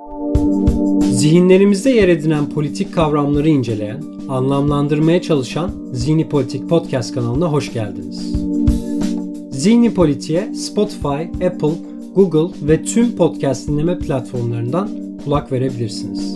Zihinlerimizde yer edinen politik kavramları inceleyen, anlamlandırmaya çalışan Zihni Politik Podcast kanalına hoş geldiniz. Zihni Politik'e Spotify, Apple, Google ve tüm podcast dinleme platformlarından kulak verebilirsiniz.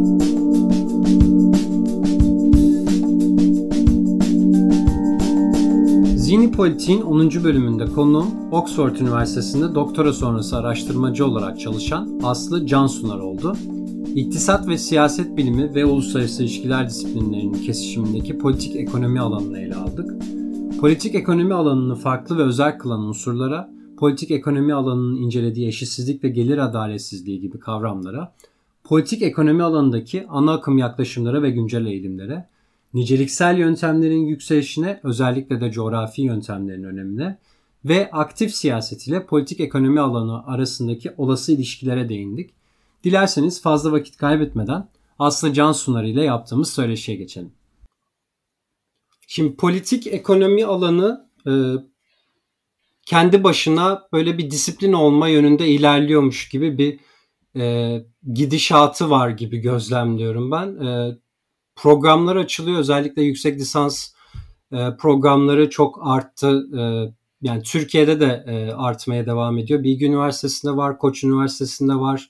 Zihni Politik'in 10. bölümünde konuğum Oxford Üniversitesi'nde doktora sonrası araştırmacı olarak çalışan Aslı Cansunar oldu. İktisat ve siyaset bilimi ve uluslararası ilişkiler disiplinlerinin kesişimindeki politik ekonomi alanını ele aldık. Politik ekonomi alanını farklı ve özel kılan unsurlara, politik ekonomi alanının incelediği eşitsizlik ve gelir adaletsizliği gibi kavramlara, politik ekonomi alanındaki ana akım yaklaşımlara ve güncel eğilimlere, niceliksel yöntemlerin yükselişine, özellikle de coğrafi yöntemlerin önemine ve aktif siyaset ile politik ekonomi alanı arasındaki olası ilişkilere değindik. Dilerseniz fazla vakit kaybetmeden Aslı Cansunar ile yaptığımız söyleşiye geçelim. Şimdi politik ekonomi alanı kendi başına böyle bir disiplin olma yönünde ilerliyormuş gibi bir gidişatı var gibi gözlemliyorum ben. Programlar açılıyor, özellikle yüksek lisans programları çok arttı. Yani Türkiye'de de artmaya devam ediyor. Bilgi Üniversitesi'nde var, Koç Üniversitesi'nde var.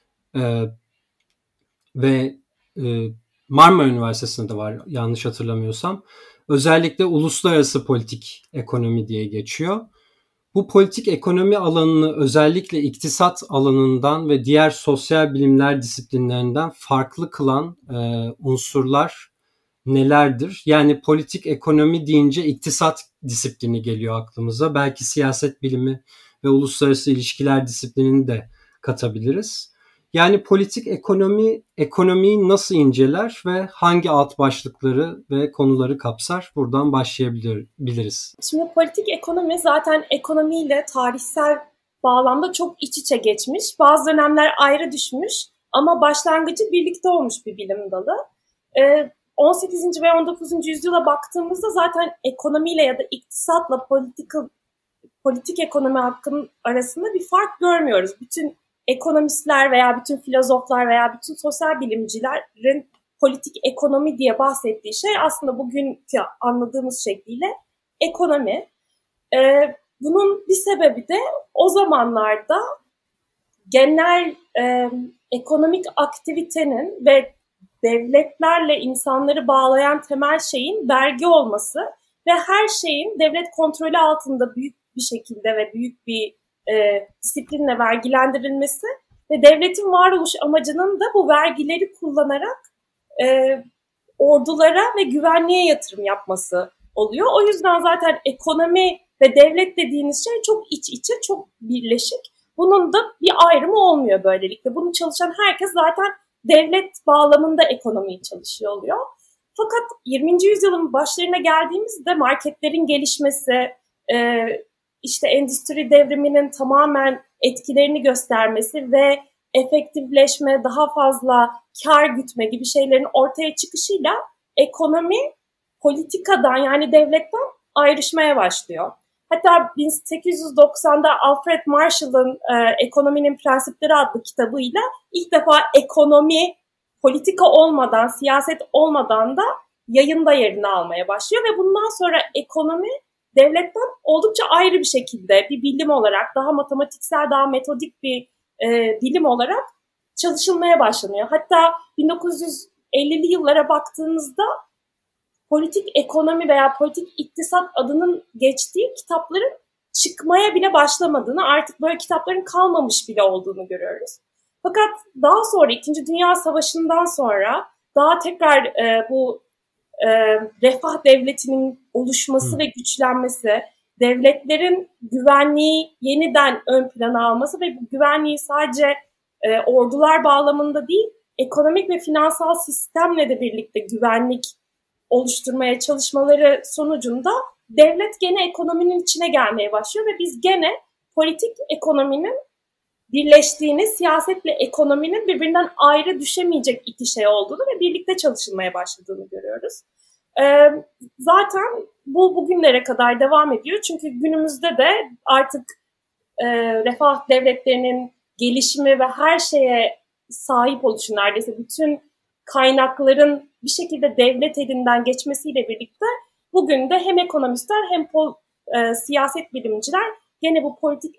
Ve Marmara Üniversitesi'nde de var yanlış hatırlamıyorsam. Özellikle uluslararası politik ekonomi diye geçiyor. Bu politik ekonomi alanını özellikle iktisat alanından ve diğer sosyal bilimler disiplinlerinden farklı kılan unsurlar nelerdir? Yani politik ekonomi deyince iktisat disiplini geliyor aklımıza. Belki siyaset bilimi ve uluslararası ilişkiler disiplinini de katabiliriz. Yani politik ekonomiyi nasıl inceler ve hangi alt başlıkları ve konuları kapsar? Buradan başlayabiliriz. Şimdi politik ekonomi zaten ekonomiyle tarihsel bağlamda çok iç içe geçmiş. Bazı dönemler ayrı düşmüş ama başlangıcı birlikte olmuş bir bilim dalı. 18. ve 19. yüzyıla baktığımızda zaten ekonomiyle ya da iktisatla politik ekonomi hakkının arasında bir fark görmüyoruz. Bütün ekonomistler veya bütün filozoflar veya bütün sosyal bilimcilerin politik ekonomi diye bahsettiği şey aslında bugünkü anladığımız şekliyle ekonomi. Bunun bir sebebi de o zamanlarda genel ekonomik aktivitenin ve devletlerle insanları bağlayan temel şeyin vergi olması ve her şeyin devlet kontrolü altında büyük bir şekilde ve büyük bir disiplinle vergilendirilmesi ve devletin varoluş amacının da bu vergileri kullanarak ordulara ve güvenliğe yatırım yapması oluyor. O yüzden zaten ekonomi ve devlet dediğiniz şey çok iç içe, çok birleşik. Bunun da bir ayrımı olmuyor böylelikle. Bunu çalışan herkes zaten devlet bağlamında ekonomiyi çalışıyor oluyor. Fakat 20. yüzyılın başlarına geldiğimizde marketlerin gelişmesi, işte endüstri devriminin tamamen etkilerini göstermesi ve efektifleşme, daha fazla kar gütme gibi şeylerin ortaya çıkışıyla ekonomi politikadan yani devletten ayrışmaya başlıyor. Hatta 1890'da Alfred Marshall'ın Ekonominin Prensipleri adlı kitabıyla ilk defa ekonomi politika olmadan, siyaset olmadan da yayında yerini almaya başlıyor ve bundan sonra ekonomi devletten oldukça ayrı bir şekilde bir bilim olarak, daha matematiksel, daha metodik bir bilim olarak çalışılmaya başlanıyor. Hatta 1950'li yıllara baktığınızda politik ekonomi veya politik iktisat adının geçtiği kitapların çıkmaya bile başlamadığını, artık böyle kitapların kalmamış bile olduğunu görüyoruz. Fakat daha sonra 2. Dünya Savaşı'ndan sonra daha tekrar bu refah devletinin oluşması ve güçlenmesi, devletlerin güvenliği yeniden ön plana alması ve bu güvenliği sadece ordular bağlamında değil, ekonomik ve finansal sistemle de birlikte güvenlik oluşturmaya çalışmaları sonucunda devlet gene ekonominin içine gelmeye başlıyor ve biz gene politik ekonominin birleştiğini, siyasetle ekonominin birbirinden ayrı düşemeyecek iki şey olduğunu ve birlikte çalışılmaya başladığını görüyoruz. Zaten bu bugünlere kadar devam ediyor. Çünkü günümüzde de artık refah devletlerinin gelişimi ve her şeye sahip oluşu, neredeyse bütün kaynakların bir şekilde devlet elinden geçmesiyle birlikte bugün de hem ekonomistler hem siyaset bilimciler gene bu politik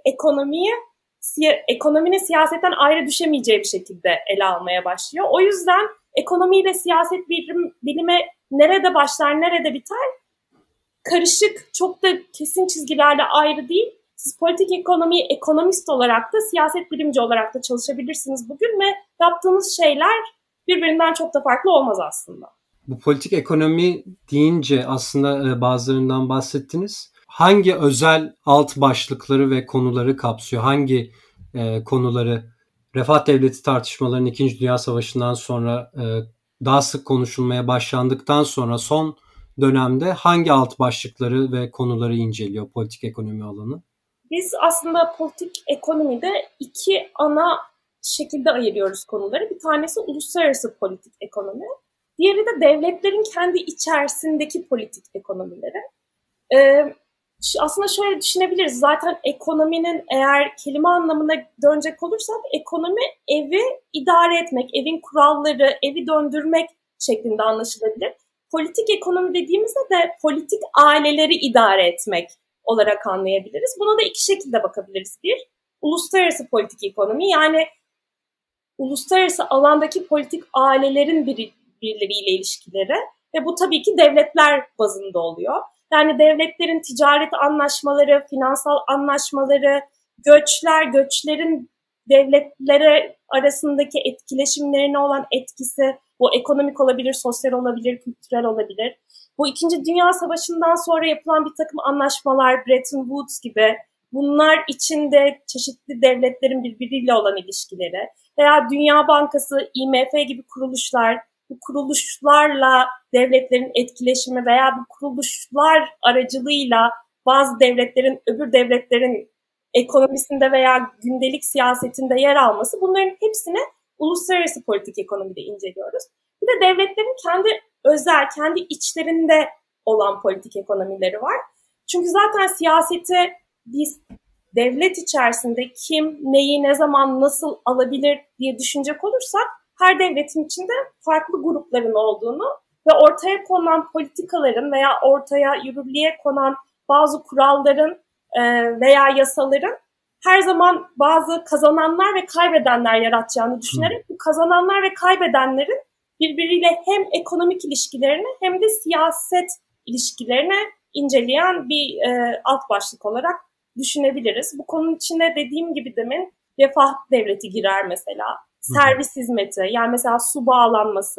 ekonominin siyasetten ayrı düşemeyeceği bir şekilde ele almaya başlıyor. O yüzden ekonomiyle siyaset bilimi nerede başlar, nerede biter? Karışık, çok da kesin çizgilerle ayrı değil. Siz politik ekonomiyi ekonomist olarak da siyaset bilimci olarak da çalışabilirsiniz bugün ve yaptığınız şeyler birbirinden çok da farklı olmaz aslında. Bu politik ekonomi deyince aslında bazılarından bahsettiniz. Hangi özel alt başlıkları ve konuları kapsıyor? Hangi konuları Refah Devleti tartışmalarının 2. Dünya Savaşı'ndan sonra daha sık konuşulmaya başlandıktan sonra son dönemde hangi alt başlıkları ve konuları inceliyor politik ekonomi alanı? Biz aslında politik ekonomide iki ana şekilde ayırıyoruz konuları. Bir tanesi uluslararası politik ekonomi. Diğeri de devletlerin kendi içerisindeki politik ekonomileri. Aslında şöyle düşünebiliriz. Zaten ekonominin, eğer kelime anlamına dönecek olursak, ekonomi evi idare etmek, evin kuralları, evi döndürmek şeklinde anlaşılabilir. Politik ekonomi dediğimizde de politik aileleri idare etmek olarak anlayabiliriz. Buna da iki şekilde bakabiliriz. Bir, uluslararası politik ekonomi, yani uluslararası alandaki politik ailelerin birbirleriyle ilişkileri ve bu tabii ki devletler bazında oluyor. Yani devletlerin ticaret anlaşmaları, finansal anlaşmaları, göçlerin devletlere arasındaki etkileşimlerine olan etkisi, bu ekonomik olabilir, sosyal olabilir, kültürel olabilir. Bu 2. Dünya Savaşı'ndan sonra yapılan bir takım anlaşmalar, Bretton Woods gibi, bunlar içinde çeşitli devletlerin birbiriyle olan ilişkileri veya Dünya Bankası, IMF gibi kuruluşlar, bu kuruluşlarla devletlerin etkileşimi veya bu kuruluşlar aracılığıyla bazı devletlerin öbür devletlerin ekonomisinde veya gündelik siyasetinde yer alması, bunların hepsini uluslararası politik ekonomide inceliyoruz. Bir de devletlerin kendi özel, kendi içlerinde olan politik ekonomileri var. Çünkü zaten siyaseti biz devlet içerisinde kim, neyi, ne zaman, nasıl alabilir diye düşünecek olursak, her devletin içinde farklı grupların olduğunu ve ortaya konan politikaların veya ortaya yürürlüğe konan bazı kuralların veya yasaların her zaman bazı kazananlar ve kaybedenler yaratacağını düşünerek bu kazananlar ve kaybedenlerin birbiriyle hem ekonomik ilişkilerini hem de siyaset ilişkilerini inceleyen bir alt başlık olarak düşünebiliriz. Bu konunun içine dediğim gibi demin refah devleti girer mesela. Servis hizmeti, yani mesela su bağlanması,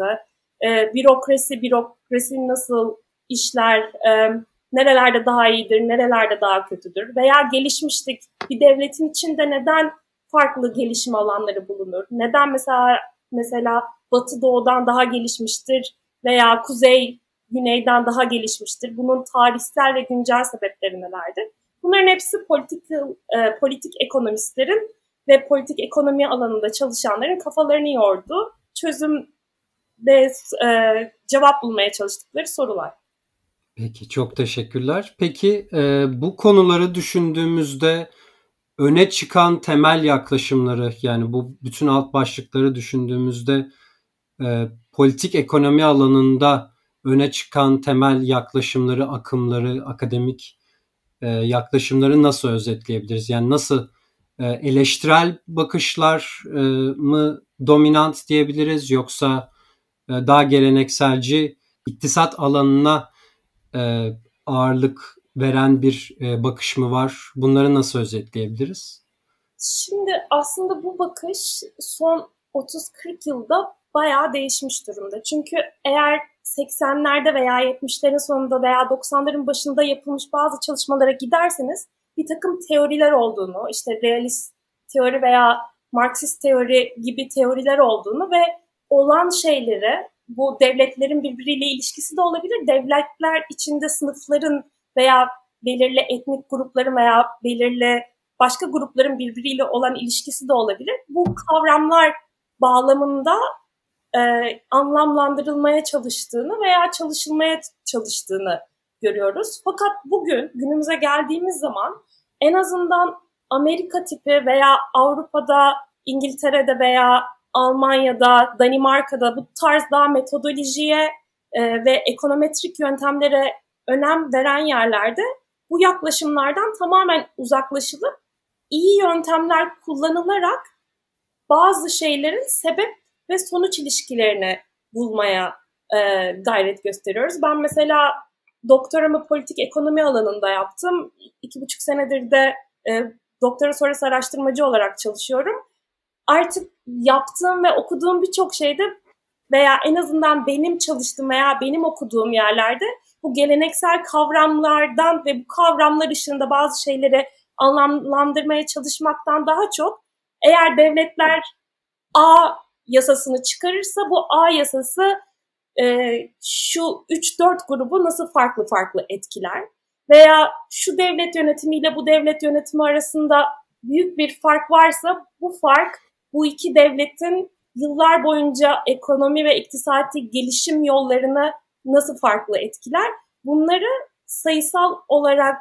bürokrasi nasıl işler, nerelerde daha iyidir, nerelerde daha kötüdür veya gelişmişlik, bir devletin içinde neden farklı gelişim alanları bulunur, neden mesela batı doğudan daha gelişmiştir veya kuzey güneyden daha gelişmiştir, bunun tarihsel ve güncel sebepleri nelerdir? Bunların hepsi politik ekonomistlerin ve politik ekonomi alanında çalışanların kafalarını yorduğu, çözüm ve cevap bulmaya çalıştıkları sorular. Peki, çok teşekkürler. Peki bu konuları düşündüğümüzde öne çıkan temel yaklaşımları, yani bu bütün alt başlıkları düşündüğümüzde politik ekonomi alanında öne çıkan temel yaklaşımları, akımları, akademik yaklaşımları nasıl özetleyebiliriz? Yani nasıl eleştirel bakışlar mı dominant diyebiliriz, yoksa daha gelenekselci iktisat alanına ağırlık veren bir bakış mı var? Bunları nasıl özetleyebiliriz? Şimdi aslında bu bakış son 30-40 yılda bayağı değişmiş durumda. Çünkü eğer 80'lerde veya 70'lerin sonunda veya 90'ların başında yapılmış bazı çalışmalara giderseniz bir takım teoriler olduğunu, işte realist teori veya Marksist teori gibi teoriler olduğunu ve olan şeyleri, bu devletlerin birbiriyle ilişkisi de olabilir, devletler içinde sınıfların veya belirli etnik grupların veya belirli başka grupların birbiriyle olan ilişkisi de olabilir. Bu kavramlar bağlamında anlamlandırılmaya çalıştığını veya çalışılmaya çalıştığını görüyoruz. Fakat bugün günümüze geldiğimiz zaman en azından Amerika tipi veya Avrupa'da, İngiltere'de veya Almanya'da, Danimarka'da bu tarz daha metodolojiye ve ekonometrik yöntemlere önem veren yerlerde bu yaklaşımlardan tamamen uzaklaşılıp iyi yöntemler kullanılarak bazı şeylerin sebep ve sonuç ilişkilerini bulmaya gayret gösteriyoruz. Ben mesela doktoramı politik ekonomi alanında yaptım. 2,5 senedir de doktora sonrası araştırmacı olarak çalışıyorum. Artık yaptığım ve okuduğum birçok şeyde veya en azından benim çalıştığım veya benim okuduğum yerlerde bu geleneksel kavramlardan ve bu kavramlar ışığında bazı şeyleri anlamlandırmaya çalışmaktan daha çok eğer devletler A yasasını çıkarırsa bu A yasası şu 3-4 grubu nasıl farklı farklı etkiler veya şu devlet yönetimiyle bu devlet yönetimi arasında büyük bir fark varsa bu fark bu iki devletin yıllar boyunca ekonomi ve iktisadi gelişim yollarını nasıl farklı etkiler? Bunları sayısal olarak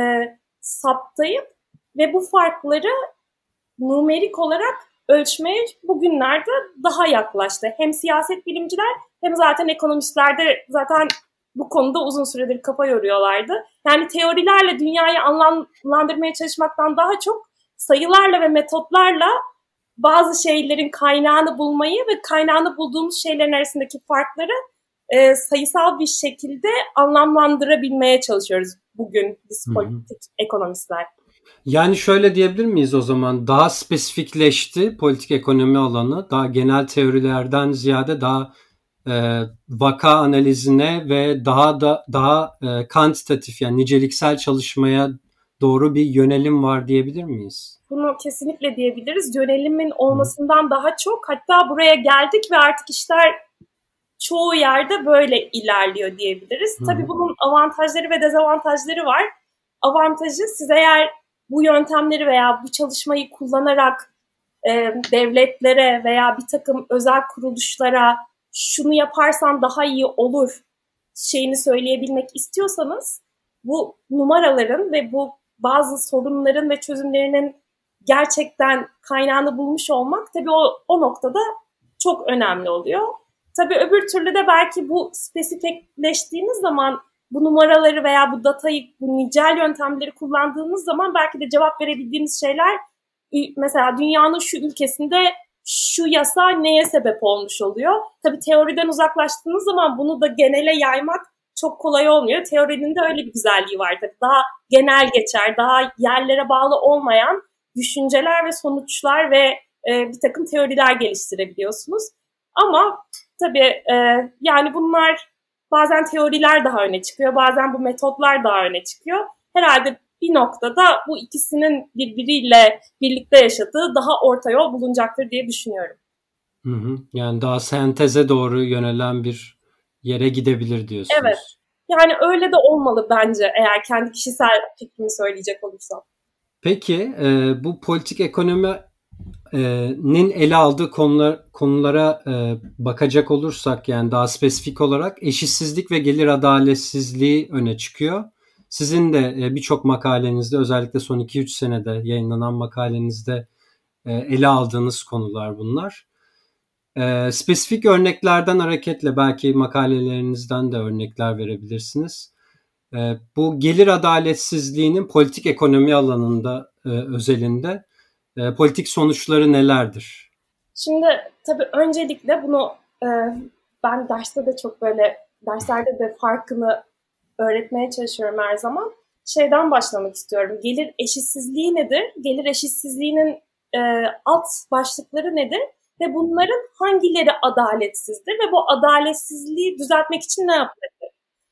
saptayıp ve bu farkları numerik olarak ölçmeye bugünlerde daha yaklaştı. Hem siyaset bilimciler hem zaten ekonomistler de zaten bu konuda uzun süredir kafa yoruyorlardı. Yani teorilerle dünyayı anlamlandırmaya çalışmaktan daha çok sayılarla ve metotlarla bazı şeylerin kaynağını bulmayı ve kaynağını bulduğumuz şeylerin arasındaki farkları sayısal bir şekilde anlamlandırabilmeye çalışıyoruz bugün biz politik ekonomistler. Yani şöyle diyebilir miyiz o zaman? Daha spesifikleşti politik ekonomi alanı. Daha genel teorilerden ziyade daha vaka analizine ve daha kantitatif yani niceliksel çalışmaya doğru bir yönelim var diyebilir miyiz? Bunu kesinlikle diyebiliriz. Yönelimin olmasından daha çok hatta buraya geldik ve artık işler çoğu yerde böyle ilerliyor diyebiliriz. Tabii bunun avantajları ve dezavantajları var. Avantajı siz eğer bu yöntemleri veya bu çalışmayı kullanarak devletlere veya bir takım özel kuruluşlara şunu yaparsan daha iyi olur şeyini söyleyebilmek istiyorsanız bu numaraların ve bu bazı sorunların ve çözümlerinin gerçekten kaynağını bulmuş olmak tabii o noktada çok önemli oluyor. Tabii öbür türlü de belki bu spesifikleştiğiniz zaman bu numaraları veya bu datayı, bu nicel yöntemleri kullandığınız zaman belki de cevap verebildiğiniz şeyler mesela dünyanın şu ülkesinde şu yasa neye sebep olmuş oluyor. Tabii teoriden uzaklaştığınız zaman bunu da genele yaymak çok kolay olmuyor. Teorinin de öyle bir güzelliği var. Tabii daha genel geçer, daha yerlere bağlı olmayan düşünceler ve sonuçlar ve bir takım teoriler geliştirebiliyorsunuz. Ama tabii yani bunlar bazen teoriler daha öne çıkıyor, bazen bu metotlar daha öne çıkıyor. Herhalde bir noktada bu ikisinin birbiriyle birlikte yaşadığı daha orta yol bulunacaktır diye düşünüyorum. Yani daha senteze doğru yönelen bir yere gidebilir diyorsunuz. Evet. Yani öyle de olmalı bence eğer kendi kişisel fikrimi söyleyecek olursam. Peki bu politik ekonominin ele aldığı konulara bakacak olursak yani daha spesifik olarak eşitsizlik ve gelir adaletsizliği öne çıkıyor. Sizin de birçok makalenizde özellikle son 2-3 senede yayınlanan makalenizde ele aldığınız konular bunlar. Spesifik örneklerden hareketle belki makalelerinizden de örnekler verebilirsiniz. Bu gelir adaletsizliğinin politik ekonomi alanında özelinde politik sonuçları nelerdir? Şimdi tabii öncelikle bunu ben derste de çok böyle derslerde de farkını öğretmeye çalışıyorum her zaman. Şeyden başlamak istiyorum. Gelir eşitsizliği nedir? Gelir eşitsizliğinin alt başlıkları nedir? Ve bunların hangileri adaletsizdir? Ve bu adaletsizliği düzeltmek için ne yapılabilir?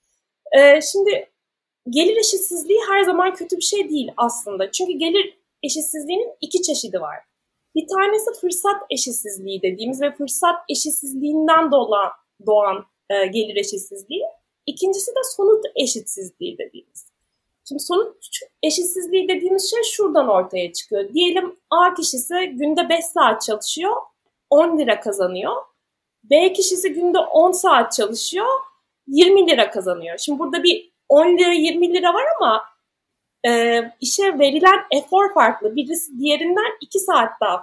Şimdi gelir eşitsizliği her zaman kötü bir şey değil aslında. Çünkü gelir eşitsizliğinin iki çeşidi var. Bir tanesi fırsat eşitsizliği dediğimiz ve fırsat eşitsizliğinden doğan gelir eşitsizliği. İkincisi de sonuç eşitsizliği dediğimiz. Şimdi sonuç eşitsizliği dediğimiz şey şuradan ortaya çıkıyor. Diyelim A kişisi günde 5 saat çalışıyor, 10 lira kazanıyor. B kişisi günde 10 saat çalışıyor, 20 lira kazanıyor. Şimdi burada bir 10 lira 20 lira var ama işe verilen efor farklı. Birisi diğerinden 2 saat daha fazla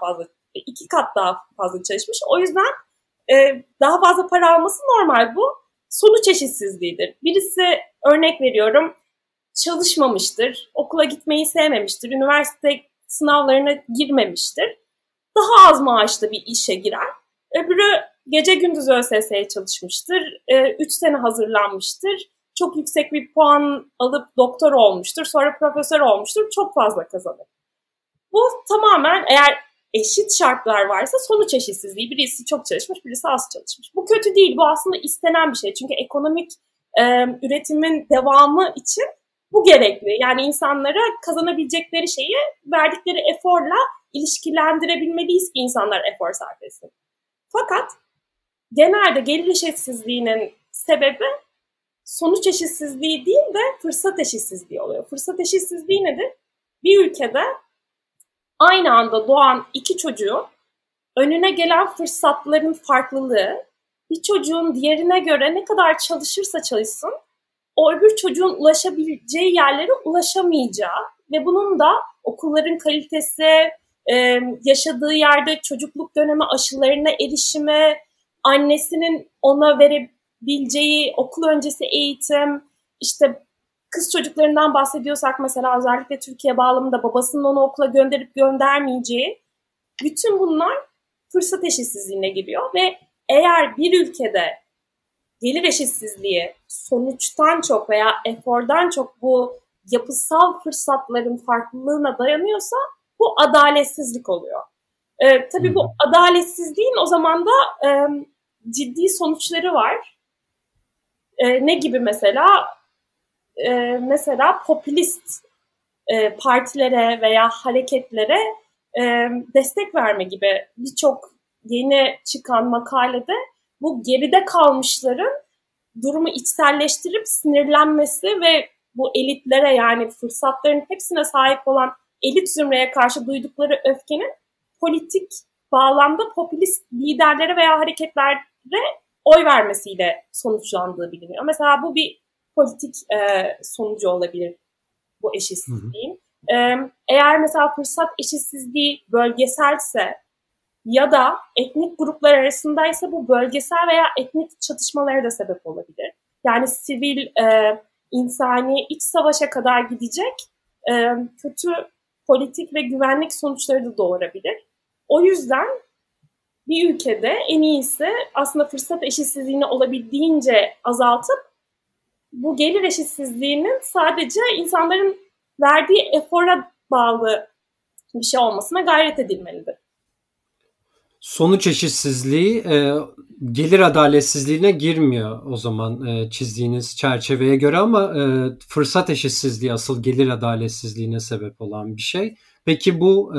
2 kat daha fazla çalışmış. O yüzden daha fazla para alması normal bu. Sonuç eşitsizliğidir. Birisi, örnek veriyorum, çalışmamıştır, okula gitmeyi sevmemiştir, üniversite sınavlarına girmemiştir. Daha az maaşlı bir işe girer. Öbürü gece gündüz ÖSS'ye çalışmıştır, 3 sene hazırlanmıştır, çok yüksek bir puan alıp doktor olmuştur, sonra profesör olmuştur, çok fazla kazanır. Bu tamamen, eğer eşit şartlar varsa, sonuç eşitsizliği. Birisi çok çalışmış, birisi az çalışmış. Bu kötü değil, bu aslında istenen bir şey. Çünkü ekonomik üretimin devamı için bu gerekli. Yani insanlara kazanabilecekleri şeyi verdikleri eforla ilişkilendirebilmeliyiz ki insanlar efor sarf etsin. Fakat genelde gelir eşitsizliğinin sebebi sonuç eşitsizliği değil de fırsat eşitsizliği oluyor. Fırsat eşitsizliği nedir? Bir ülkede aynı anda doğan 2 çocuğun önüne gelen fırsatların farklılığı, bir çocuğun diğerine göre ne kadar çalışırsa çalışsın, o öbür çocuğun ulaşabileceği yerlere ulaşamayacağı ve bunun da okulların kalitesi, yaşadığı yerde çocukluk dönemi aşılarına erişimi, annesinin ona verebileceği okul öncesi eğitim, işte kız çocuklarından bahsediyorsak mesela, özellikle Türkiye bağlamında babasının onu okula gönderip göndermeyeceği, bütün bunlar fırsat eşitsizliğine giriyor ve eğer bir ülkede gelir eşitsizliği sonuçtan çok veya efordan çok bu yapısal fırsatların farklılığına dayanıyorsa, bu adaletsizlik oluyor. Tabii bu adaletsizliğin o zaman da ciddi sonuçları var. Ne gibi mesela? Mesela popülist partilere veya hareketlere destek verme gibi. Birçok yeni çıkan makalede bu geride kalmışların durumu içselleştirip sinirlenmesi ve bu elitlere, yani fırsatların hepsine sahip olan elit zümreye karşı duydukları öfkenin politik bağlamda popülist liderlere veya hareketlere oy vermesiyle sonuçlandığı biliniyor. Mesela bu bir politik sonucu olabilir bu eşitsizliğin. Eğer mesela fırsat eşitsizliği bölgeselse ya da etnik gruplar arasındaysa, bu bölgesel veya etnik çatışmalara da sebep olabilir. Yani sivil, insani iç savaşa kadar gidecek kötü politik ve güvenlik sonuçları da doğurabilir. O yüzden bir ülkede en iyisi aslında fırsat eşitsizliğini olabildiğince azaltıp bu gelir eşitsizliğinin sadece insanların verdiği efora bağlı bir şey olmasına gayret edilmelidir. Sonuç eşitsizliği gelir adaletsizliğine girmiyor o zaman çizdiğiniz çerçeveye göre, ama fırsat eşitsizliği asıl gelir adaletsizliğine sebep olan bir şey. Peki bu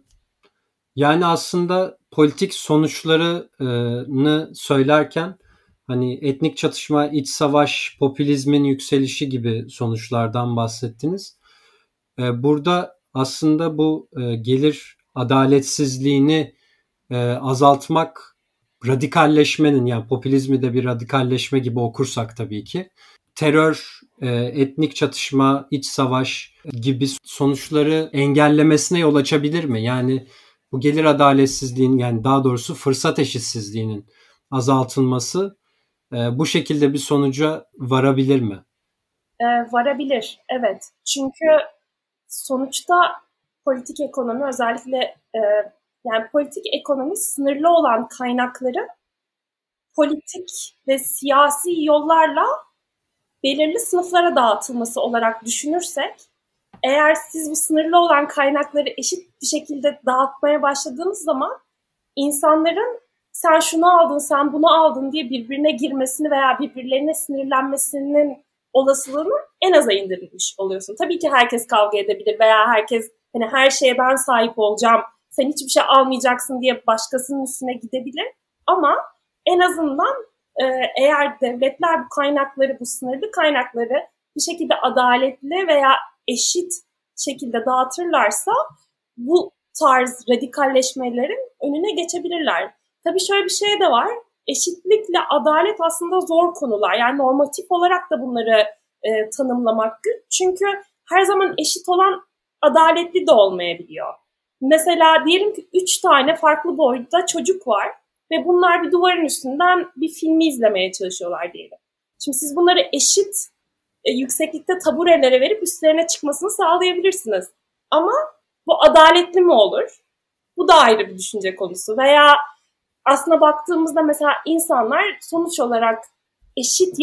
yani aslında politik sonuçlarını söylerken hani etnik çatışma, iç savaş, popülizmin yükselişi gibi sonuçlardan bahsettiniz. Burada aslında bu gelir adaletsizliğini azaltmak, radikalleşmenin, yani popülizmi de bir radikalleşme gibi okursak tabii ki, terör, etnik çatışma, iç savaş gibi sonuçları engellemesine yol açabilir mi? Yani bu gelir adaletsizliğinin, yani daha doğrusu fırsat eşitsizliğinin azaltılması bu şekilde bir sonuca varabilir mi? Varabilir, evet. Çünkü sonuçta politik ekonomi, özellikle yani politik ekonomi sınırlı olan kaynakları politik ve siyasi yollarla belirli sınıflara dağıtılması olarak düşünürsek, eğer siz bu sınırlı olan kaynakları eşit bir şekilde dağıtmaya başladığınız zaman insanların sen şunu aldın, sen bunu aldın diye birbirine girmesini veya birbirlerine sinirlenmesinin olasılığını en aza indirmiş oluyorsun. Tabii ki herkes kavga edebilir veya herkes hani her şeye ben sahip olacağım, sen hiçbir şey almayacaksın diye başkasının üstüne gidebilir. Ama en azından eğer devletler bu kaynakları, bu sınırlı kaynakları bir şekilde adaletli veya eşit şekilde dağıtırlarsa bu tarz radikalleşmelerin önüne geçebilirler. Tabii şöyle bir şey de var. Eşitlikle adalet aslında zor konular. Yani normatif olarak da bunları tanımlamak güç. Çünkü her zaman eşit olan adaletli de olmayabiliyor. Mesela diyelim ki 3 tane farklı boyutta çocuk var ve bunlar bir duvarın üstünden bir filmi izlemeye çalışıyorlar diyelim. Şimdi siz bunları eşit yükseklikte taburelere verip üstlerine çıkmasını sağlayabilirsiniz. Ama bu adaletli mi olur? Bu da ayrı bir düşünce konusu. Veya aslına baktığımızda mesela insanlar sonuç olarak eşit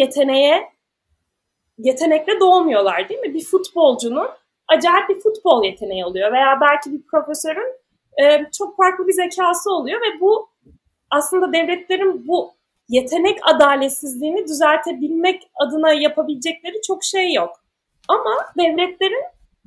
yetenekle doğmuyorlar değil mi? Bir futbolcunun acayip bir futbol yeteneği oluyor veya belki bir profesörün çok farklı bir zekası oluyor ve bu aslında devletlerin bu yetenek adaletsizliğini düzeltebilmek adına yapabilecekleri çok şey yok. Ama devletlerin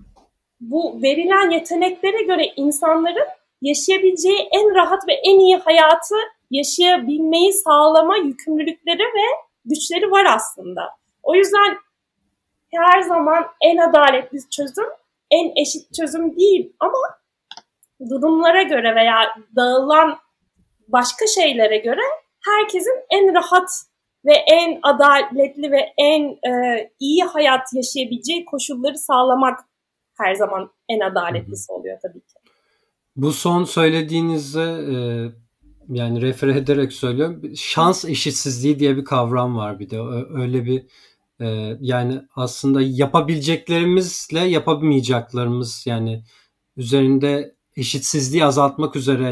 bu verilen yeteneklere göre insanların yaşayabileceği en rahat ve en iyi hayatı yaşayabilmeyi sağlama yükümlülükleri ve güçleri var aslında. O yüzden her zaman en adaletli çözüm en eşit çözüm değil ama durumlara göre veya dağılan başka şeylere göre herkesin en rahat ve en adaletli ve en iyi hayat yaşayabileceği koşulları sağlamak her zaman en adaletlisi oluyor tabii ki. Bu son söylediğinizde yani refere ederek söylüyorum. Şans eşitsizliği diye bir kavram var bir de. Öyle bir yani aslında yapabileceklerimizle yapamayacaklarımız yani üzerinde eşitsizliği azaltmak üzere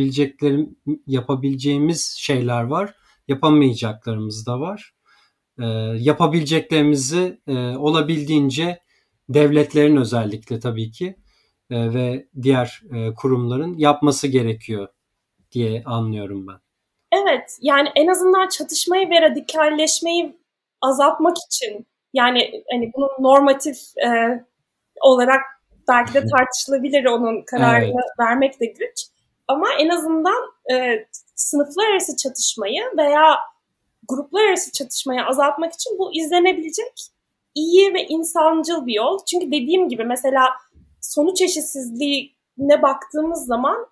yapabileceğimiz şeyler var. Yapamayacaklarımız da var. Yapabileceklerimizi olabildiğince devletlerin özellikle tabii ki ve diğer kurumların yapması gerekiyor diye anlıyorum ben. Evet, yani en azından çatışmayı ve radikalleşmeyi azaltmak için yani hani bunun normatif olarak belki de tartışılabilir onun kararını Evet. vermek de güç. Ama en azından sınıflar arası çatışmayı veya gruplar arası çatışmayı azaltmak için bu izlenebilecek iyi ve insancıl bir yol. Çünkü dediğim gibi mesela sonuç eşitsizliğine baktığımız zaman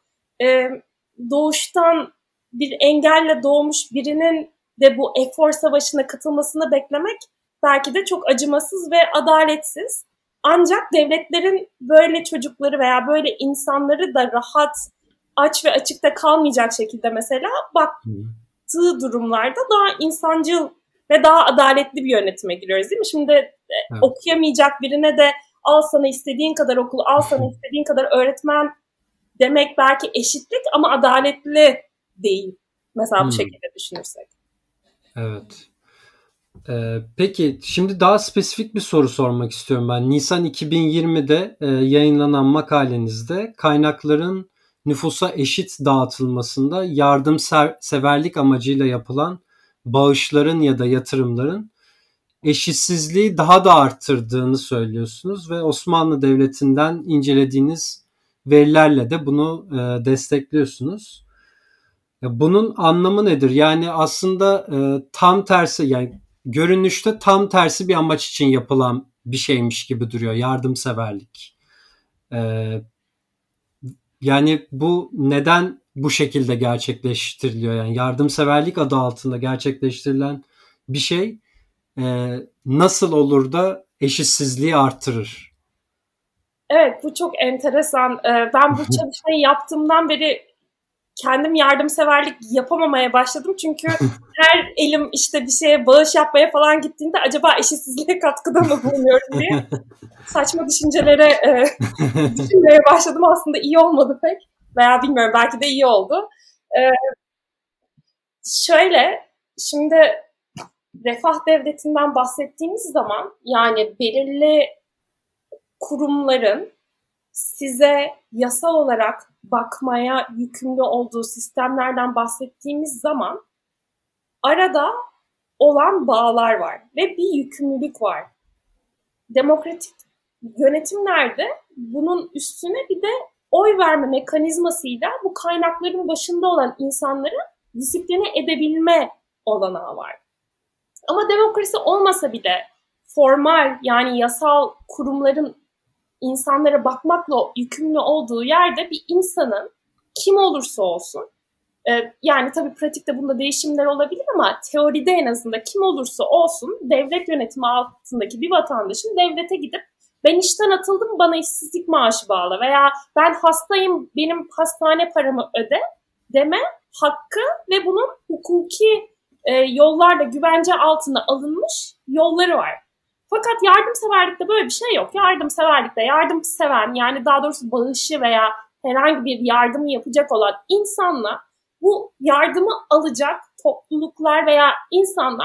doğuştan bir engelle doğmuş birinin de bu efor savaşına katılmasını beklemek belki de çok acımasız ve adaletsiz. Ancak devletlerin böyle çocukları veya böyle insanları da rahat, aç ve açıkta kalmayacak şekilde mesela baktığı durumlarda daha insancıl ve daha adaletli bir yönetime giriyoruz değil mi? Şimdi Evet. okuyamayacak birine de al sana istediğin kadar okul, al sana istediğin kadar öğretmen demek belki eşitlik ama adaletli değil. Mesela bu şekilde düşünürsek. Evet. Peki şimdi daha spesifik bir soru sormak istiyorum ben. Nisan 2020'de yayınlanan makalenizde kaynakların nüfusa eşit dağıtılmasında yardımseverlik amacıyla yapılan bağışların ya da yatırımların eşitsizliği daha da arttırdığını söylüyorsunuz ve Osmanlı Devleti'nden incelediğiniz verilerle de bunu destekliyorsunuz. Bunun anlamı nedir? Yani aslında tam tersi yani görünüşte tam tersi bir amaç için yapılan bir şeymiş gibi duruyor yardımseverlik. E, Yani bu neden bu şekilde gerçekleştiriliyor? Yani yardımseverlik adı altında gerçekleştirilen bir şey nasıl olur da eşitsizliği artırır? Evet, bu çok enteresan. Ben bu çalışmayı yaptığımdan beri kendim yardımseverlik yapamamaya başladım. Çünkü her elim işte bir şeye bağış yapmaya falan gittiğinde acaba eşitsizliğe katkıda mı bulunuyorum diye saçma düşüncelere düşünmeye başladım. Aslında iyi olmadı pek. Veya bilmiyorum belki de iyi oldu. Şöyle, şimdi refah devletinden bahsettiğimiz zaman yani belirli kurumların size yasal olarak bakmaya yükümlü olduğu sistemlerden bahsettiğimiz zaman arada olan bağlar var ve bir yükümlülük var. Demokratik yönetimlerde bunun üstüne bir de oy verme mekanizmasıyla bu kaynakların başında olan insanları disipline edebilme olanağı var. Ama demokrasi olmasa bile formal yani yasal kurumların insanlara bakmakla yükümlü olduğu yerde bir insanın kim olursa olsun yani tabii pratikte bunda değişimler olabilir ama teoride en azından kim olursa olsun devlet yönetimi altındaki bir vatandaşın devlete gidip ben işten atıldım bana işsizlik maaşı bağla veya ben hastayım benim hastane paramı öde deme hakkı ve bunun hukuki yollarla güvence altına alınmış yolları var. Fakat yardımseverlikte böyle bir şey yok. Yardımseverlikte yardımseven, yani daha doğrusu bağışı veya herhangi bir yardımı yapacak olan insanla bu yardımı alacak topluluklar veya insanlar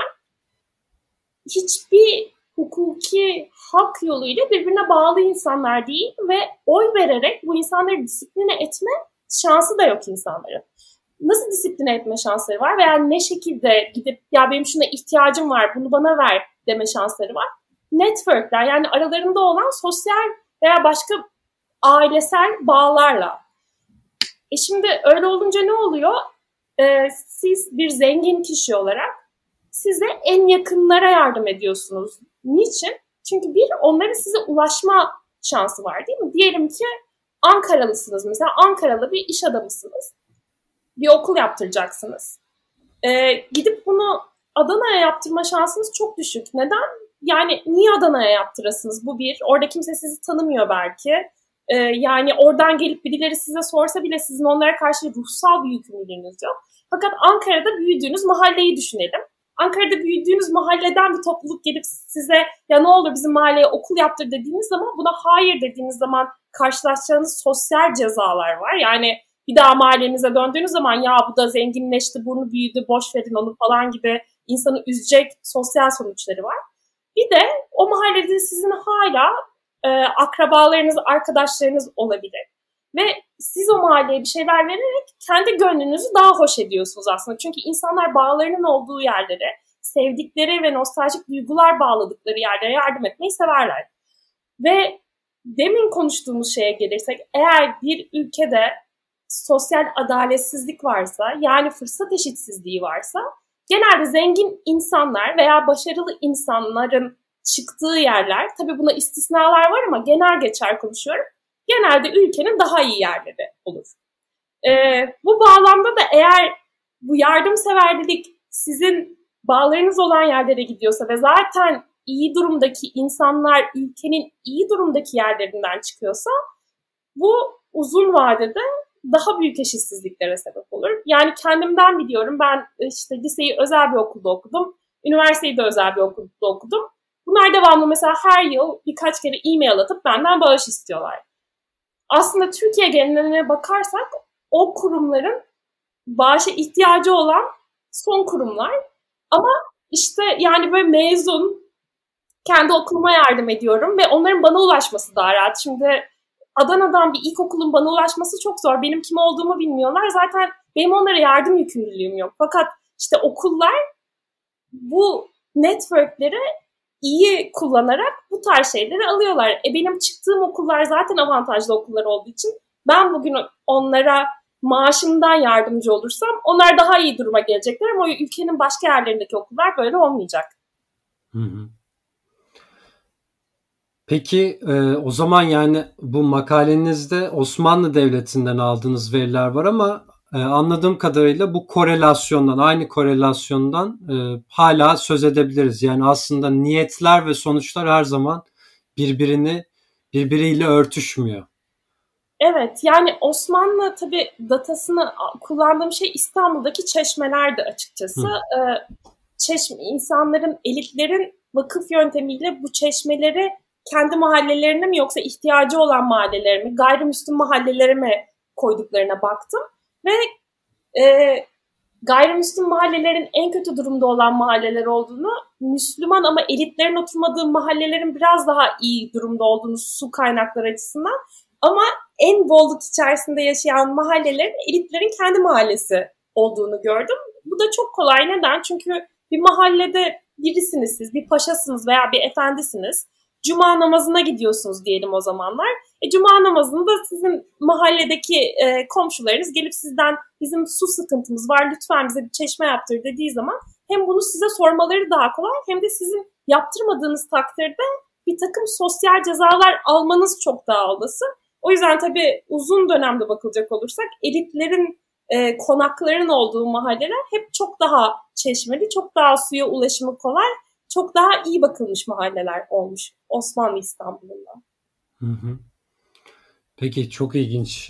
hiçbir hukuki hak yoluyla birbirine bağlı insanlar değil ve oy vererek bu insanları disipline etme şansı da yok insanların. Nasıl disipline etme şansları var veya ne şekilde gidip ya benim şuna ihtiyacım var bunu bana ver deme şansları var. Networkler, yani aralarında olan sosyal veya başka ailesel bağlarla. Şimdi öyle olunca ne oluyor? Siz bir zengin kişi olarak size en yakınlara yardım ediyorsunuz. Niçin? Çünkü bir, onların size ulaşma şansı var değil mi? Diyelim ki Ankaralısınız mesela. Ankaralı bir iş adamısınız. Bir okul yaptıracaksınız. Gidip bunu Adana'ya yaptırma şansınız çok düşük. Neden? Yani niye Adana'ya yaptırasınız? Bu bir. Orada kimse sizi tanımıyor belki. Yani oradan gelip birileri size sorsa bile sizin onlara karşı ruhsal bir yükümlülüğünüz yok. Fakat Ankara'da büyüdüğünüz mahalleyi düşünelim. Ankara'da büyüdüğünüz mahalleden bir topluluk gelip size ya ne olur bizim mahalleye okul yaptır dediğiniz zaman, buna hayır dediğiniz zaman karşılaşacağınız sosyal cezalar var. Yani bir daha mahallenize döndüğünüz zaman ya bu da zenginleşti, burnu büyüdü, boş verin onu falan gibi insanı üzecek sosyal sonuçları var. Bir de o mahallede sizin hala akrabalarınız, arkadaşlarınız olabilir. Ve siz o mahalleye bir şeyler vererek kendi gönlünüzü daha hoş ediyorsunuz aslında. Çünkü insanlar bağlarının olduğu yerlere, sevdikleri ve nostaljik duygular bağladıkları yerlere yardım etmeyi severler. Ve demin konuştuğumuz şeye gelirsek, eğer bir ülkede sosyal adaletsizlik varsa, yani fırsat eşitsizliği varsa, genelde zengin insanlar veya başarılı insanların çıktığı yerler, tabii buna istisnalar var ama genel geçer konuşuyorum, genelde ülkenin daha iyi yerleri olur. Bu bağlamda da eğer bu yardımseverlik sizin bağlarınız olan yerlere gidiyorsa ve zaten iyi durumdaki insanlar ülkenin iyi durumdaki yerlerinden çıkıyorsa, bu uzun vadede daha büyük eşitsizliklere sebep olur. Yani kendimden biliyorum, ben işte liseyi özel bir okulda okudum, üniversiteyi de özel bir okulda okudum. Bunlar devamlı mesela her yıl birkaç kere e-mail atıp benden bağış istiyorlar. Aslında Türkiye geneline bakarsak o kurumların bağışa ihtiyacı olan son kurumlar. Ama işte yani böyle mezun, kendi okuluma yardım ediyorum ve onların bana ulaşması daha rahat. Şimdi Adana'dan bir ilkokulun bana ulaşması çok zor. Benim kim olduğumu bilmiyorlar. Zaten benim onlara yardım yükümlülüğüm yok. Fakat işte okullar bu networkleri iyi kullanarak bu tarz şeyleri alıyorlar. Benim çıktığım okullar zaten avantajlı okullar olduğu için ben bugün onlara maaşımdan yardımcı olursam onlar daha iyi duruma gelecekler ama ülkenin başka yerlerindeki okullar böyle olmayacak. Hı hı. Peki o zaman yani bu makalenizde Osmanlı Devleti'nden aldığınız veriler var ama anladığım kadarıyla bu korelasyondan, aynı korelasyondan hala söz edebiliriz. Yani aslında niyetler ve sonuçlar her zaman birbiriyle örtüşmüyor. Evet, yani Osmanlı tabii datasını kullandığım şey İstanbul'daki çeşmelerdi açıkçası. İnsanların, elitlerin vakıf yöntemiyle bu çeşmeleri kendi mahallelerine mi yoksa ihtiyacı olan mahallelere mi, gayrimüslim mahallelere mi koyduklarına baktım. Ve gayrimüslim mahallelerin en kötü durumda olan mahalleler olduğunu, Müslüman ama elitlerin oturmadığı mahallelerin biraz daha iyi durumda olduğunu su kaynakları açısından, ama en bolluk içerisinde yaşayan mahallelerin elitlerin kendi mahallesi olduğunu gördüm. Bu da çok kolay. Neden? Çünkü bir mahallede birisiniz siz, bir paşasınız veya bir efendisiniz. Cuma namazına gidiyorsunuz diyelim o zamanlar. Cuma namazında sizin mahalledeki komşularınız gelip sizden bizim su sıkıntımız var, lütfen bize bir çeşme yaptır dediği zaman hem bunu size sormaları daha kolay hem de sizin yaptırmadığınız takdirde bir takım sosyal cezalar almanız çok daha olası. O yüzden tabii uzun dönemde bakılacak olursak elitlerin konaklarının olduğu mahalleler hep çok daha çeşmeli, çok daha suya ulaşımı kolay çok daha iyi bakılmış mahalleler olmuş Osmanlı İstanbul'unda. Hı hı. Peki çok ilginç.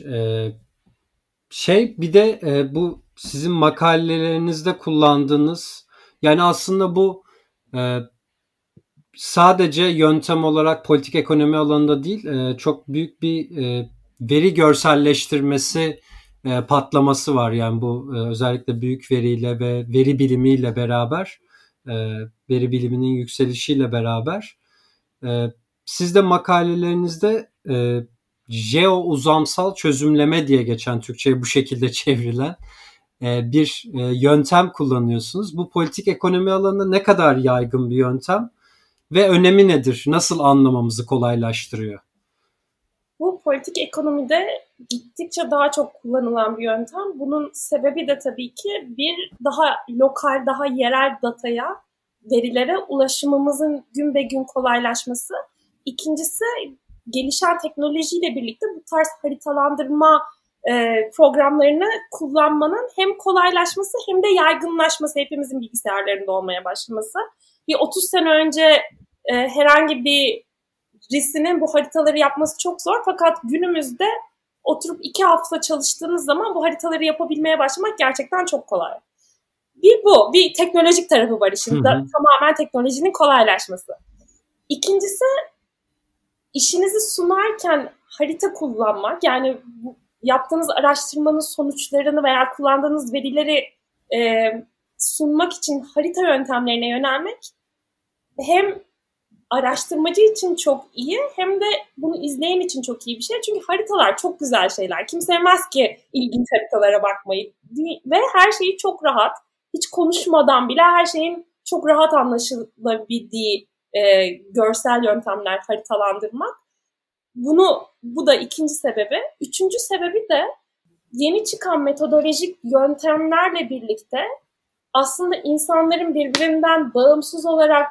Bir de bu sizin makalelerinizde kullandığınız, yani aslında bu e, sadece yöntem olarak politik ekonomi alanında değil, çok büyük bir veri görselleştirmesi patlaması var. Yani bu özellikle büyük veriyle ve veri bilimiyle beraber, e, veri biliminin yükselişiyle beraber, e, siz de makalelerinizde jeo uzamsal çözümleme diye geçen, Türkçe'ye bu şekilde çevrilen bir yöntem kullanıyorsunuz. Bu politik ekonomi alanında ne kadar yaygın bir yöntem ve önemi nedir? Nasıl anlamamızı kolaylaştırıyor? Bu politik ekonomide gittikçe daha çok kullanılan bir yöntem. Bunun sebebi de tabii ki bir daha lokal, daha yerel dataya, verilere ulaşımımızın gün be gün kolaylaşması. İkincisi gelişen teknolojiyle birlikte bu tarz haritalandırma programlarını kullanmanın hem kolaylaşması hem de yaygınlaşması, hepimizin bilgisayarlarında olmaya başlaması. Bir 30 sene önce herhangi bir birisinin bu haritaları yapması çok zor, fakat günümüzde oturup 2 hafta çalıştığınız zaman bu haritaları yapabilmeye başlamak gerçekten çok kolay. Bir teknolojik tarafı var işin. Tamamen teknolojinin kolaylaşması. İkincisi, işinizi sunarken harita kullanmak, yani yaptığınız araştırmanın sonuçlarını veya kullandığınız verileri sunmak için harita yöntemlerine yönelmek hem araştırmacı için çok iyi, hem de bunu izleyen için çok iyi bir şey. Çünkü haritalar çok güzel şeyler. Kim sevmez ki ilginç haritalara bakmayı. Ve her şeyi çok rahat, hiç konuşmadan bile her şeyin çok rahat anlaşılabildiği görsel yöntemler haritalandırmak. Bu da ikinci sebebi. Üçüncü sebebi de yeni çıkan metodolojik yöntemlerle birlikte aslında insanların birbirinden bağımsız olarak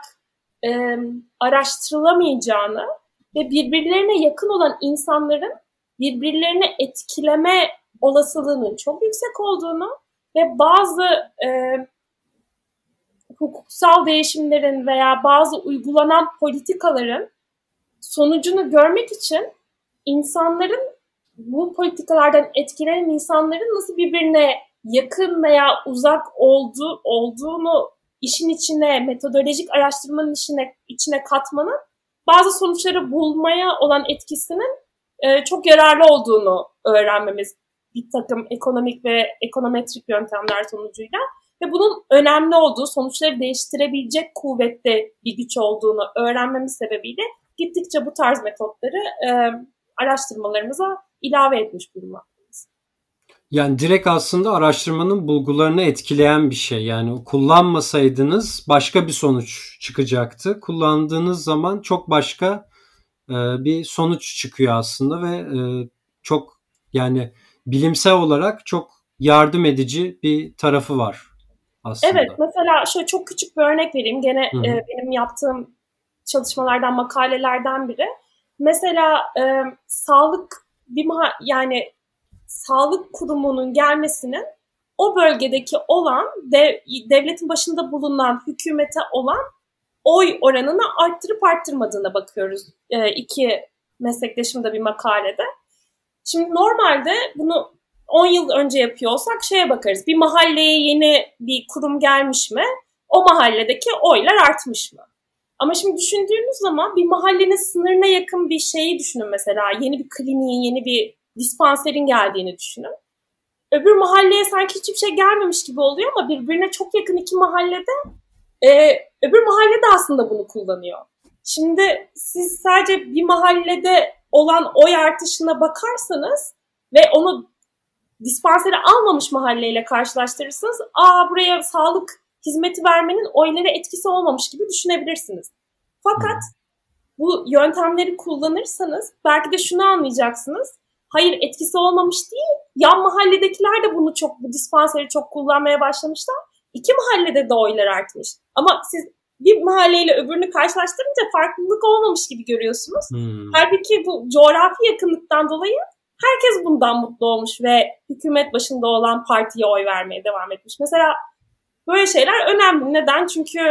araştırılamayacağını ve birbirlerine yakın olan insanların birbirlerini etkileme olasılığının çok yüksek olduğunu ve bazı hukuksal değişimlerin veya bazı uygulanan politikaların sonucunu görmek için insanların, bu politikalardan etkilenen insanların nasıl birbirine yakın veya uzak olduğunu işin içine, metodolojik araştırmanın içine katmanın bazı sonuçları bulmaya olan etkisinin çok yararlı olduğunu öğrenmemiz, bir takım ekonomik ve ekonometrik yöntemler sonucuyla, ve bunun önemli olduğu, sonuçları değiştirebilecek kuvvette bir güç olduğunu öğrenmemiz sebebiyle gittikçe bu tarz metotları araştırmalarımıza ilave etmiş bulunmaktayız. Yani direkt aslında araştırmanın bulgularını etkileyen bir şey. Yani kullanmasaydınız başka bir sonuç çıkacaktı. Kullandığınız zaman çok başka bir sonuç çıkıyor aslında ve çok, yani bilimsel olarak çok yardım edici bir tarafı var aslında. Evet, mesela şöyle çok küçük bir örnek vereyim. Gene benim yaptığım çalışmalardan, makalelerden biri. Mesela sağlık kurumunun gelmesinin o bölgedeki olan devletin başında bulunan hükümete olan oy oranını arttırıp arttırmadığına bakıyoruz iki meslektaşım da bir makalede. Şimdi normalde bunu 10 yıl önce yapıyor olsak şeye bakarız. Bir mahalleye yeni bir kurum gelmiş mi? O mahalledeki oylar artmış mı? Ama şimdi düşündüğünüz zaman bir mahallenin sınırına yakın bir şeyi düşünün mesela. Yeni bir kliniğin, yeni bir dispanserin geldiğini düşünün. Öbür mahalleye sanki hiçbir şey gelmemiş gibi oluyor ama birbirine çok yakın iki mahallede öbür mahalle de aslında bunu kullanıyor. Şimdi siz sadece bir mahallede olan oy artışına bakarsanız ve onu dispanseri almamış mahalleyle karşılaştırırsınız. Buraya sağlık hizmeti vermenin oylara etkisi olmamış gibi düşünebilirsiniz. Fakat bu yöntemleri kullanırsanız belki de şunu anlayacaksınız. Hayır, etkisi olmamış değil. Yan mahalledekiler de bu dispanseri çok kullanmaya başlamışlar. İki mahallede de oylar artmış. Ama siz bir mahalleyle öbürünü karşılaştırınca farklılık olmamış gibi görüyorsunuz. Halbuki bu coğrafi yakınlıktan dolayı herkes bundan mutlu olmuş ve hükümet başında olan partiye oy vermeye devam etmiş. Mesela böyle şeyler önemli. Neden? Çünkü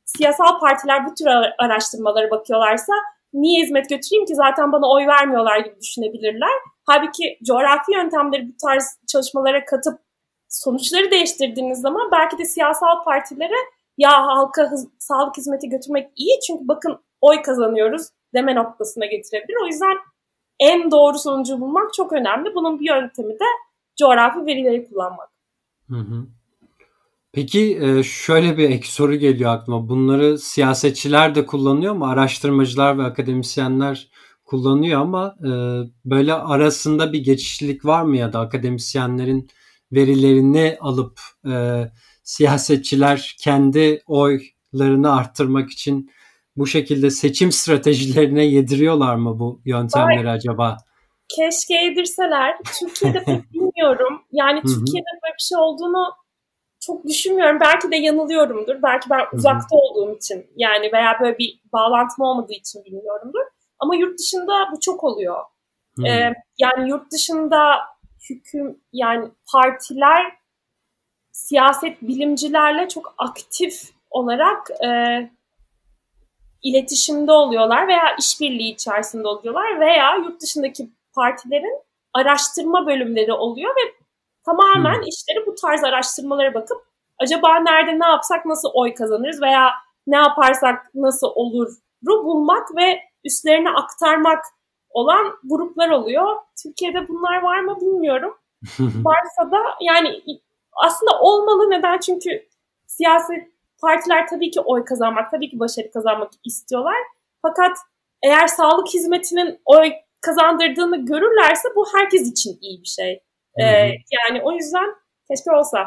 siyasal partiler bu tür araştırmalara bakıyorlarsa niye hizmet götüreyim ki, zaten bana oy vermiyorlar gibi düşünebilirler. Halbuki coğrafi yöntemleri bu tarz çalışmalara katıp sonuçları değiştirdiğiniz zaman belki de siyasal partilere ya halka sağlık hizmeti götürmek iyi çünkü bakın oy kazanıyoruz deme noktasına getirebilir. O yüzden en doğru sonucu bulmak çok önemli. Bunun bir yöntemi de coğrafi verileri kullanmak. Hı hı. Peki şöyle bir ek soru geliyor aklıma. Bunları siyasetçiler de kullanıyor mu? Araştırmacılar ve akademisyenler kullanıyor ama böyle arasında bir geçişlilik var mı, ya da akademisyenlerin verilerini alıp siyasetçiler kendi oylarını arttırmak için bu şekilde seçim stratejilerine yediriyorlar mı bu yöntemleri acaba? Keşke yedirseler. Türkiye'de pek bilmiyorum. Yani Türkiye'de böyle bir şey olduğunu çok düşünmüyorum. Belki de yanılıyorumdur. Belki ben uzakta olduğum için yani veya böyle bir bağlantım olmadığı için bilmiyorumdur. Ama yurt dışında bu çok oluyor. Yani yurt dışında yani partiler siyaset bilimcilerle çok aktif olarak iletişimde oluyorlar veya işbirliği içerisinde oluyorlar veya yurt dışındaki partilerin araştırma bölümleri oluyor ve tamamen işleri bu tarz araştırmalara bakıp acaba nerede ne yapsak nasıl oy kazanırız veya ne yaparsak nasıl oluru bulmak ve üstlerine aktarmak olan gruplar oluyor. Türkiye'de bunlar var mı bilmiyorum. Varsa da yani aslında olmalı. Neden? Çünkü siyasi partiler tabii ki oy kazanmak, tabii ki başarı kazanmak istiyorlar. Fakat eğer sağlık hizmetinin oy kazandırdığını görürlerse bu herkes için iyi bir şey. Yani o yüzden keşke olsa.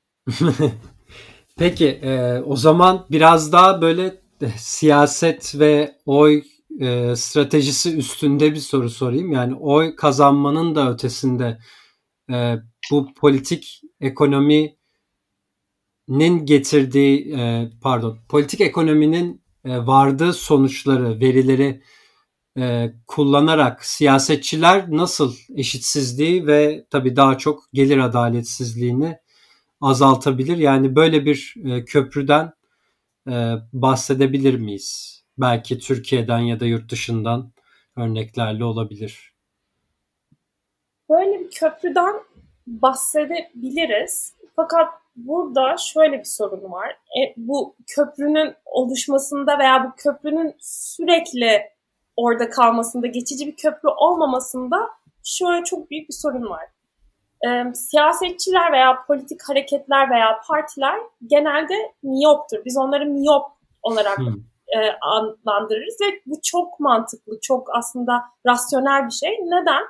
Peki o zaman biraz daha böyle siyaset ve oy stratejisi üstünde bir soru sorayım. Yani oy kazanmanın da ötesinde bu politik ekonominin getirdiği politik ekonominin vardığı sonuçları, verileri kullanarak siyasetçiler nasıl eşitsizliği ve tabii daha çok gelir adaletsizliğini azaltabilir? Yani böyle bir köprüden bahsedebilir miyiz? Belki Türkiye'den ya da yurt dışından örneklerle olabilir. Böyle bir köprüden bahsedebiliriz. Fakat burada şöyle bir sorun var. Bu köprünün oluşmasında veya bu köprünün sürekli orada kalmasında, geçici bir köprü olmamasında şöyle çok büyük bir sorun var. Siyasetçiler veya politik hareketler veya partiler genelde miyoptur. Biz onları miyop olarak adlandırırız ve bu çok mantıklı, çok aslında rasyonel bir şey. Neden?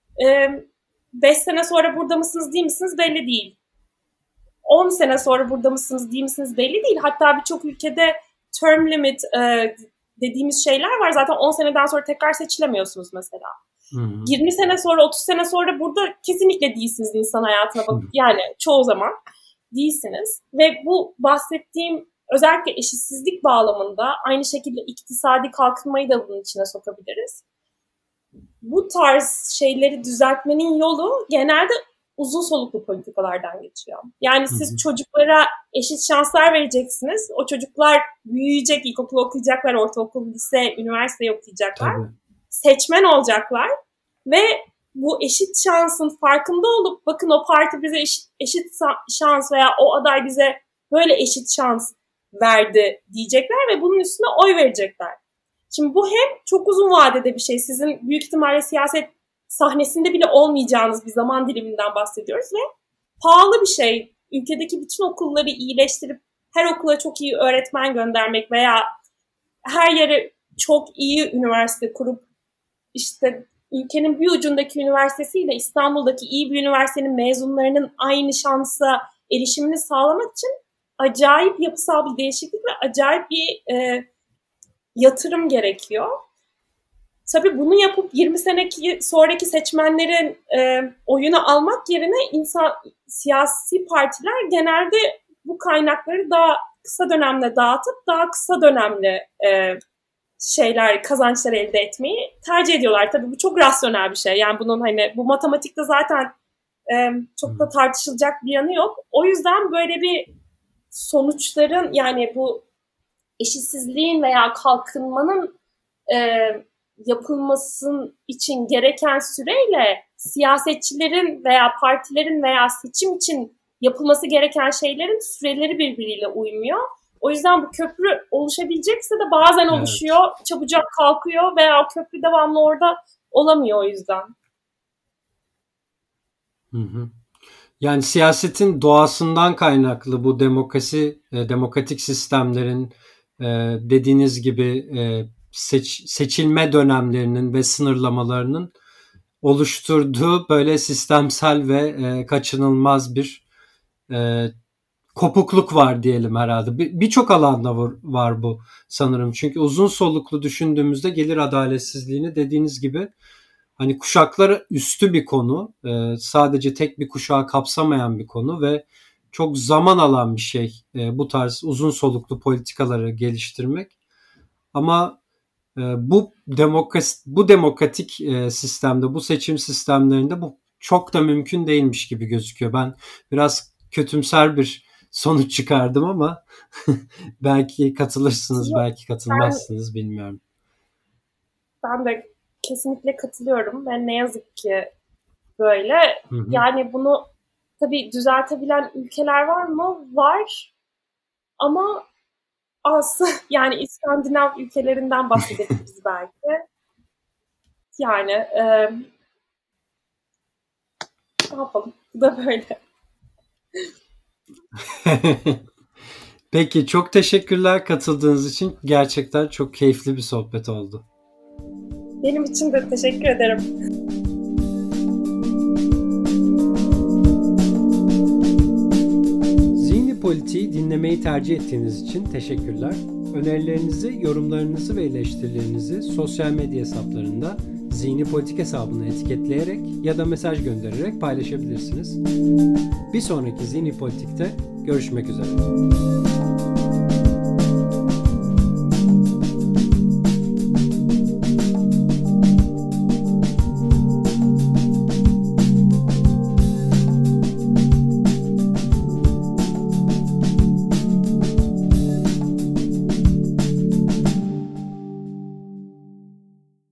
5 sene sonra burada mısınız değil misiniz belli değil. 10 sene sonra burada mısınız değil misiniz belli değil. Hatta birçok ülkede term limit dediğimiz şeyler var. Zaten 10 seneden sonra tekrar seçilemiyorsunuz mesela. 20 sene sonra 30 sene sonra burada kesinlikle değilsiniz insan hayatına bakıp yani çoğu zaman değilsiniz. Ve bu bahsettiğim özellikle eşitsizlik bağlamında aynı şekilde iktisadi kalkınmayı da bunun içine sokabiliriz. Bu tarz şeyleri düzeltmenin yolu genelde uzun soluklu politikalardan geçiyor. Yani siz çocuklara eşit şanslar vereceksiniz. O çocuklar büyüyecek, ilkokul okuyacaklar, ortaokul, lise, üniversite okuyacaklar. Tabii. Seçmen olacaklar ve bu eşit şansın farkında olup bakın o parti bize eşit şans veya o aday bize böyle eşit şans verdi diyecekler ve bunun üstüne oy verecekler. Şimdi bu hem çok uzun vadede bir şey. Sizin büyük ihtimalle siyaset sahnesinde bile olmayacağınız bir zaman diliminden bahsediyoruz ve pahalı bir şey. Ülkedeki bütün okulları iyileştirip her okula çok iyi öğretmen göndermek veya her yere çok iyi üniversite kurup işte ülkenin bir ucundaki üniversitesiyle İstanbul'daki iyi bir üniversitenin mezunlarının aynı şansa erişimini sağlamak için acayip yapısal bir değişiklik ve acayip bir yatırım gerekiyor. Tabii bunu yapıp 20 sene sonraki seçmenlerin oyunu almak yerine siyasi partiler genelde bu kaynakları daha kısa dönemde dağıtıp daha kısa dönemli kazançlar elde etmeyi tercih ediyorlar. Tabii bu çok rasyonel bir şey. Yani bunun bu matematikte zaten çok da tartışılacak bir yanı yok. O yüzden böyle bir sonuçların yani bu eşitsizliğin veya kalkınmanın yapılmasının için gereken süreyle siyasetçilerin veya partilerin veya seçim için yapılması gereken şeylerin süreleri birbiriyle uymuyor. O yüzden bu köprü oluşabilecekse de bazen oluşuyor, çabucak kalkıyor veya o köprü devamlı orada olamıyor o yüzden. Hı hı. Yani siyasetin doğasından kaynaklı bu demokratik sistemlerin dediğiniz gibi seçilme dönemlerinin ve sınırlamalarının oluşturduğu böyle sistemsel ve kaçınılmaz bir kopukluk var diyelim herhalde. Birçok alanda var bu sanırım. Çünkü uzun soluklu düşündüğümüzde gelir adaletsizliğini dediğiniz gibi hani kuşaklar üstü bir konu. Sadece tek bir kuşağı kapsamayan bir konu ve çok zaman alan bir şey bu tarz uzun soluklu politikaları geliştirmek. Ama bu demokratik sistemde, bu seçim sistemlerinde bu çok da mümkün değilmiş gibi gözüküyor. Ben biraz kötümser bir sonuç çıkardım ama belki katılırsınız, belki katılmazsınız, bilmiyorum. Ben de kesinlikle katılıyorum ve ne yazık ki böyle. Hı hı. Yani bunu tabii düzeltebilen ülkeler var mı? Var. Ama az. Yani İskandinav ülkelerinden bahsedebiliriz belki. Yani ne yapalım? Bu da böyle. Peki, çok teşekkürler katıldığınız için. Gerçekten çok keyifli bir sohbet oldu. Benim için de teşekkür ederim. Zihni Politik'i dinlemeyi tercih ettiğiniz için teşekkürler. Önerilerinizi, yorumlarınızı ve eleştirilerinizi sosyal medya hesaplarında Zihni Politik hesabını etiketleyerek ya da mesaj göndererek paylaşabilirsiniz. Bir sonraki Zihni Politik'te görüşmek üzere.